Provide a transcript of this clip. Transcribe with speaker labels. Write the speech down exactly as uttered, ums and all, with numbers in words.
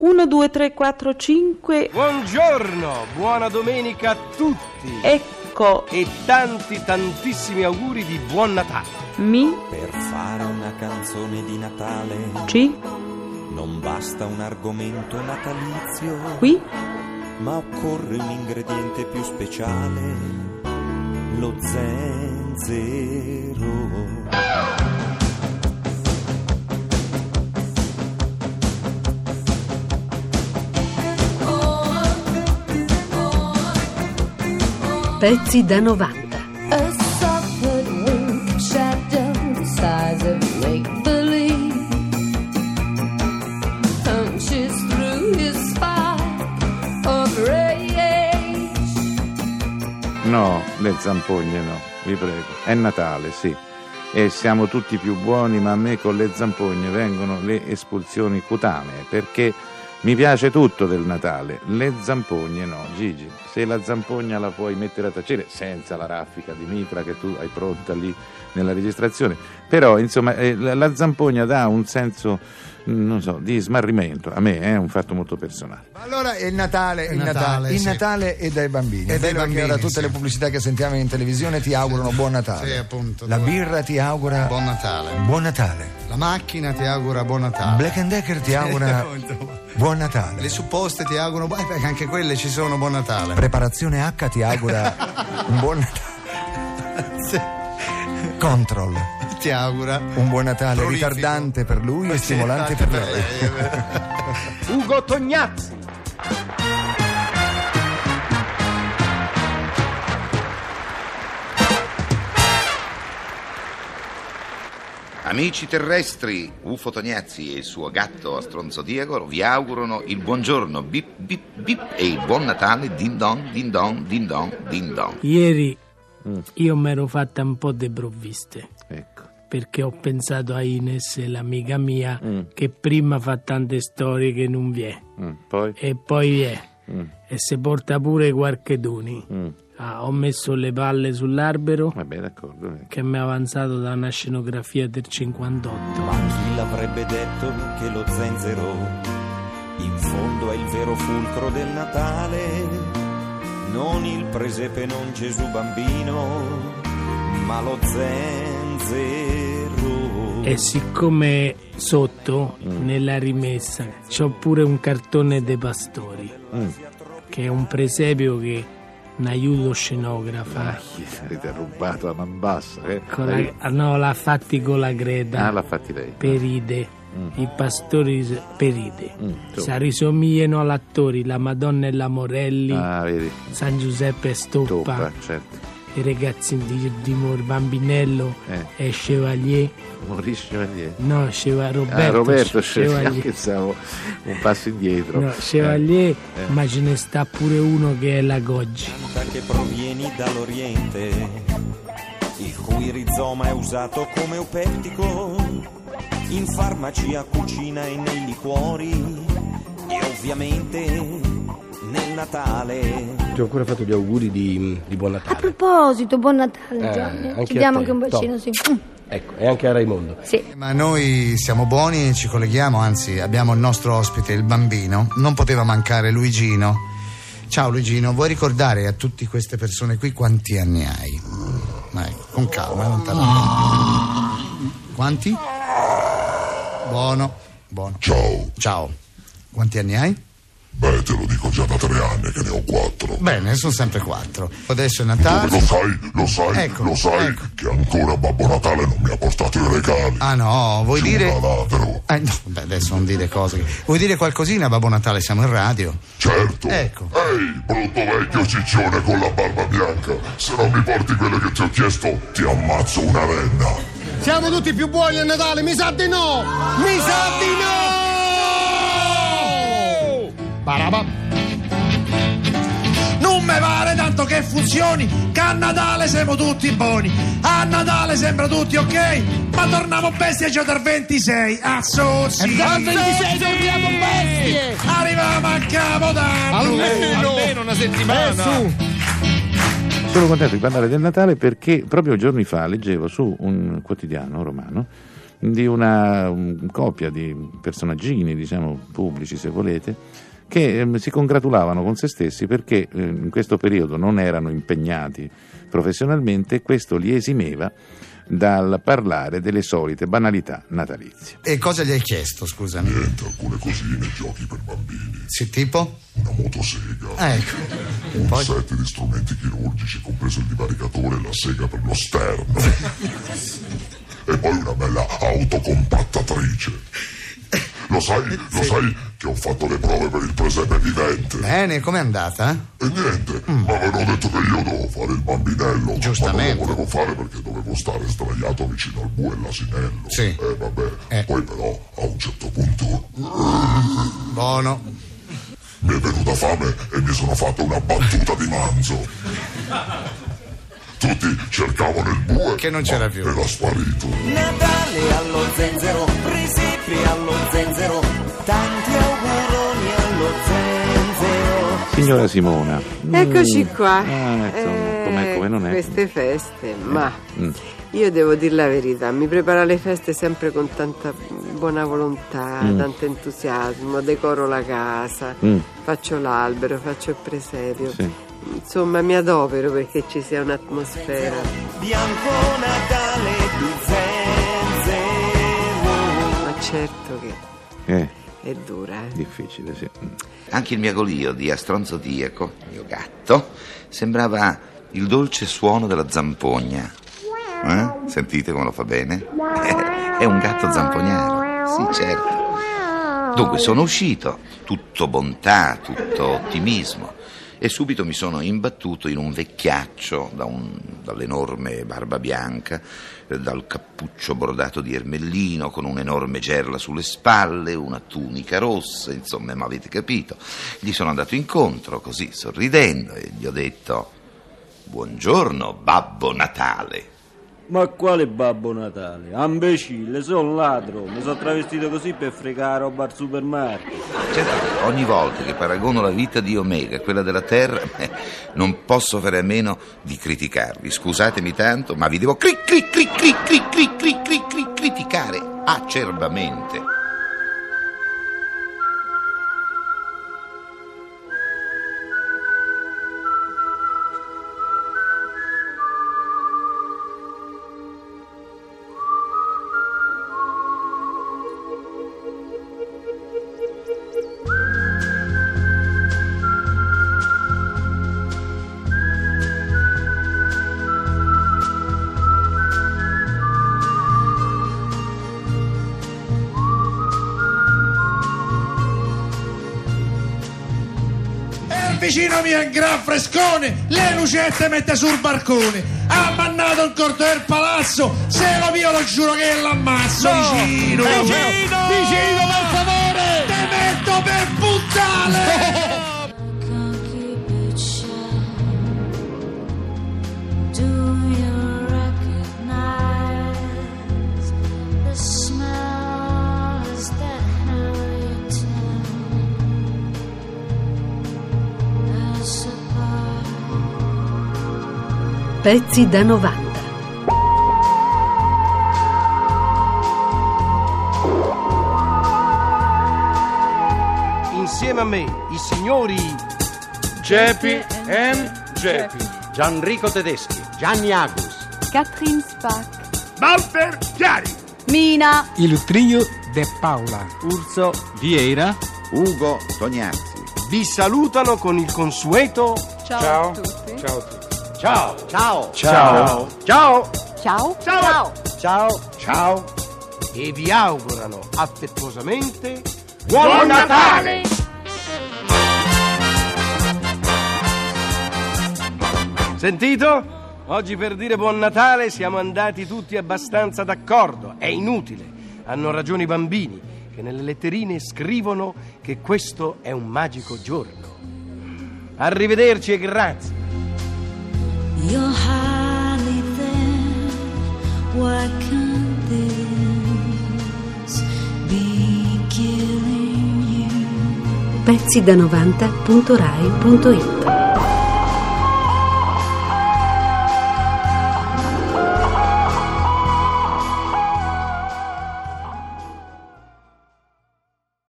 Speaker 1: uno, due, tre, quattro, cinque.
Speaker 2: Buongiorno, buona domenica a tutti.
Speaker 1: Ecco.
Speaker 2: E tanti tantissimi auguri di buon Natale.
Speaker 1: Mi.
Speaker 3: Per fare una canzone di Natale
Speaker 1: Ci.
Speaker 3: non basta un argomento natalizio,
Speaker 1: Qui.
Speaker 3: ma occorre un ingrediente più speciale, lo zenzero.
Speaker 4: Pezzi da novanta.
Speaker 5: A soft wink shadow the size of make-believe punches through his spike of rage.
Speaker 6: No, le zampogne no, vi prego. È Natale, sì. E siamo tutti più buoni, ma a me con le zampogne vengono le espulsioni cutanee, perché mi piace tutto del Natale, le zampogne no. Gigi, se la zampogna la puoi mettere a tacere senza la raffica di mitra che tu hai pronta lì nella registrazione, però insomma eh, la, la zampogna dà un senso, non so, di smarrimento. A me è un fatto molto personale.
Speaker 7: Allora il Natale,
Speaker 8: il
Speaker 7: il Natale,
Speaker 8: Natale,
Speaker 7: il
Speaker 8: sì.
Speaker 7: Natale è dai bambini.
Speaker 8: È
Speaker 7: È
Speaker 8: dai
Speaker 7: bello che
Speaker 8: bambini,
Speaker 7: ora tutte
Speaker 8: sì.
Speaker 7: le pubblicità che sentiamo in televisione ti augurano buon Natale.
Speaker 8: Sì, appunto.
Speaker 7: La birra ti augura
Speaker 8: Buon Natale.
Speaker 7: buon Natale.
Speaker 8: La macchina ti augura buon Natale.
Speaker 7: Black and Decker ti augura
Speaker 8: Appunto.
Speaker 7: buon Natale.
Speaker 8: Le supposte ti augurano, beh, perché anche quelle ci sono, buon Natale.
Speaker 7: Preparazione H ti augura un buon Natale.
Speaker 8: Sì.
Speaker 7: Control,
Speaker 8: Ti augura
Speaker 7: un buon Natale
Speaker 8: Prolifico.
Speaker 7: ritardante per lui e
Speaker 8: Sì,
Speaker 7: stimolante
Speaker 8: anche
Speaker 7: per lei.
Speaker 2: Ugo Tognazzi.
Speaker 9: Amici terrestri, Ufo Tognazzi e il suo gatto a stronzo diavolo vi augurano il buongiorno bip bip bip e il buon Natale din don din don din don din don.
Speaker 10: Ieri io mi ero fatta un po' de provviste,
Speaker 6: Ecco.
Speaker 10: perché ho pensato a Ines, l'amica mia,
Speaker 6: Mm.
Speaker 10: che prima fa tante storie che non vi è,
Speaker 6: Mm, poi?
Speaker 10: e poi vi è,
Speaker 6: Mm,
Speaker 10: e se porta pure qualche doni.
Speaker 6: mm.
Speaker 10: Ah, ho messo le palle sull'albero
Speaker 6: Vabbè, d'accordo. eh.
Speaker 10: che mi è avanzato da una scenografia del cinquantotto.
Speaker 3: Ma chi l'avrebbe detto che lo zenzero in fondo è il vero fulcro del Natale? Non il presepe, non Gesù bambino, ma lo zenzero.
Speaker 10: E siccome sotto, nella rimessa, c'ho pure un cartone dei pastori,
Speaker 6: Mm.
Speaker 10: che è un presepio che un aiuto scenografa.
Speaker 6: Gli avete rubato la man bassa, eh?
Speaker 10: Con la- ah, no, l'ha fatti con la greda.
Speaker 6: Ah, l'ha fatti lei.
Speaker 10: Peride.
Speaker 6: Mm.
Speaker 10: I pastori s- Peride.
Speaker 6: Mm, insomma.
Speaker 10: Si risomigliano agli attori, la Madonna e la Morelli,
Speaker 6: Ah, vedi,
Speaker 10: San Giuseppe e Stoppa,
Speaker 6: toppa, certo.
Speaker 10: i ragazzi di, di Mor Bambinello
Speaker 6: Eh.
Speaker 10: e Chevalier.
Speaker 6: Maurice Chevalier.
Speaker 10: No, Cheva- Roberto,
Speaker 6: Ah, Roberto
Speaker 10: Chevalier.
Speaker 6: Chevalier, che stavo un passo indietro.
Speaker 10: No, Chevalier,
Speaker 6: Eh.
Speaker 10: ma ce ne sta pure uno che è la Goggi.
Speaker 3: Pianta che provieni dall'Oriente, il cui rizoma è usato come eupetico in farmacia, cucina e nei liquori, e ovviamente nel Natale.
Speaker 11: Ti ho ancora fatto gli auguri di, di buon
Speaker 12: A
Speaker 11: Natale.
Speaker 12: proposito, buon Natale,
Speaker 11: Eh,
Speaker 12: Gianni.
Speaker 11: anche
Speaker 12: Ci diamo
Speaker 11: a te.
Speaker 12: anche un bacino, sì. Mm,
Speaker 11: Ecco, e anche a Raimondo.
Speaker 12: sì.
Speaker 8: Ma noi siamo buoni e ci colleghiamo, anzi abbiamo il nostro ospite, il bambino. Non poteva mancare Luigino. Ciao Luigino, vuoi ricordare a tutte queste persone qui quanti anni hai? Vai, con calma, non parlare. Quanti? Buono, buono.
Speaker 13: Ciao.
Speaker 8: Ciao. Quanti anni hai?
Speaker 13: Beh, te lo dico già da tre anni che ne ho quattro.
Speaker 8: Bene, sono sempre quattro. Adesso è Natale.
Speaker 13: Lo sai, lo sai,
Speaker 8: Ecco,
Speaker 13: lo sai
Speaker 8: ecco.
Speaker 13: che ancora Babbo Natale non mi ha portato i regali.
Speaker 8: Ah no, vuoi dire...
Speaker 13: Giuralatelo.
Speaker 8: Eh, no, beh, adesso non dire cose. Vuoi dire qualcosina, Babbo Natale? Siamo in radio.
Speaker 13: Certo.
Speaker 8: Ecco.
Speaker 13: Ehi, brutto vecchio ciccione con la barba bianca. Se non mi porti quelle che ti ho chiesto, ti ammazzo una renna.
Speaker 8: Siamo tutti più buoni a Natale, mi sa di no! Mi sa di no! Baraba.
Speaker 14: Non me pare tanto che funzioni, che a Natale siamo tutti buoni, a Natale sembra tutti ok, ma torniamo bestie già dal ventisei, a Sossi.
Speaker 10: Dal ventisei torniamo bestie!
Speaker 14: Arriviamo a Capodanno.
Speaker 8: Almeno,
Speaker 14: almeno una settimana.
Speaker 6: Sono contento di parlare del Natale perché proprio giorni fa leggevo su un quotidiano romano di una um, coppia di personaggini, diciamo pubblici se volete, che um, si congratulavano con se stessi perché um, in questo periodo non erano impegnati professionalmente e questo li esimeva dal parlare delle solite banalità natalizie.
Speaker 8: E cosa gli hai chiesto, scusami?
Speaker 13: Niente, alcune cosine, giochi per bambini.
Speaker 8: Sì, tipo?
Speaker 13: Una motosega.
Speaker 8: Ah, ecco.
Speaker 13: Un
Speaker 8: Poi?
Speaker 13: set di strumenti chirurgici, compreso il divaricatore e la sega per lo sterno. E poi una bella autocompattatrice. Lo sai, lo sai che ho fatto le prove per il presepe vivente.
Speaker 8: Bene, com'è andata?
Speaker 13: E niente, mm. mi avevano detto che io dovevo fare il bambinello.
Speaker 8: Giustamente.
Speaker 13: Ma non lo volevo fare perché dovevo stare sdraiato vicino al bue e all'asinello.
Speaker 8: Sì.
Speaker 13: Eh vabbè,
Speaker 8: eh.
Speaker 13: poi però a un certo punto
Speaker 8: buono.
Speaker 13: mi è venuta fame e mi sono fatto una battuta di manzo. Tutti cercavano il bue
Speaker 8: che non c'era più.
Speaker 13: Era sparito.
Speaker 3: Natale allo zenzero, presepe allo zenzero, tanti auguroni allo zenzero.
Speaker 6: Signora Simona.
Speaker 1: Eccoci qua.
Speaker 6: Ah, insomma, com'è, come non è?
Speaker 1: Queste feste, ma
Speaker 6: Mm.
Speaker 1: io devo dire la verità, mi preparo le feste sempre con tanta buona volontà,
Speaker 6: Mm.
Speaker 1: tanto entusiasmo, decoro la casa,
Speaker 6: Mm.
Speaker 1: faccio l'albero, faccio il presepio.
Speaker 6: Sì.
Speaker 1: Insomma, mi adopero perché ci sia un'atmosfera.
Speaker 3: Bianco Natale di zenzero.
Speaker 1: Ma certo che
Speaker 6: Eh,
Speaker 1: è dura, eh.
Speaker 6: difficile, sì.
Speaker 9: Anche il miagolio di Astronzo Diaco, il mio gatto, sembrava il dolce suono della zampogna. Eh? Sentite come lo fa bene? È un gatto zampognaro, sì, certo. Dunque sono uscito, tutto bontà, tutto ottimismo, e subito mi sono imbattuto in un vecchiaccio da un, dall'enorme barba bianca, eh, dal cappuccio bordato di ermellino, con un'enorme gerla sulle spalle, una tunica rossa, insomma, ma avete capito. Gli sono andato incontro così, sorridendo, e gli ho detto: buongiorno, Babbo Natale.
Speaker 15: Ma quale Babbo Natale? Imbecille, sono un ladro, mi sono travestito così per fregare roba al supermarket.
Speaker 9: Certo, ogni volta che paragono la vita di Omega a quella della Terra, eh, non posso fare a meno di criticarvi. Scusatemi tanto, ma vi devo cri cri cri cri cri cri cri cri cri criticare acerbamente.
Speaker 14: Vicino mio è un gran frescone, le lucette mette sul barcone. Ha mannato il corto del palazzo, se lo mio lo giuro che l'ammazzo.
Speaker 16: No,
Speaker 14: vicino,
Speaker 16: vicino,
Speaker 14: vicino per favore, te metto per puttane.
Speaker 4: Pezzi da novanta.
Speaker 2: Insieme a me, i signori
Speaker 17: Geppi and Geppi, Gianrico Tedeschi, Gianni Agus,
Speaker 5: Catherine Spack,
Speaker 17: Walter Chiari,
Speaker 5: Mina,
Speaker 18: il trio De Paula,
Speaker 2: Urso
Speaker 17: Vieira,
Speaker 9: Ugo Tognazzi.
Speaker 2: vi salutano con il consueto
Speaker 5: ciao,
Speaker 17: Ciao.
Speaker 5: a tutti.
Speaker 17: Ciao a tutti. Ciao.
Speaker 15: Ciao.
Speaker 2: ciao.
Speaker 17: Ciao.
Speaker 5: Ciao.
Speaker 17: Ciao.
Speaker 15: Ciao.
Speaker 2: Ciao. E vi augurano affettuosamente
Speaker 17: Buon Natale.
Speaker 2: Sentito? Oggi per dire buon Natale siamo andati tutti abbastanza d'accordo. È inutile. Hanno ragione i bambini che nelle letterine scrivono che questo è un magico giorno. Arrivederci e grazie.
Speaker 5: You're hardly there. Why can't this be killing you?
Speaker 4: pezzi da novanta punto rai punto it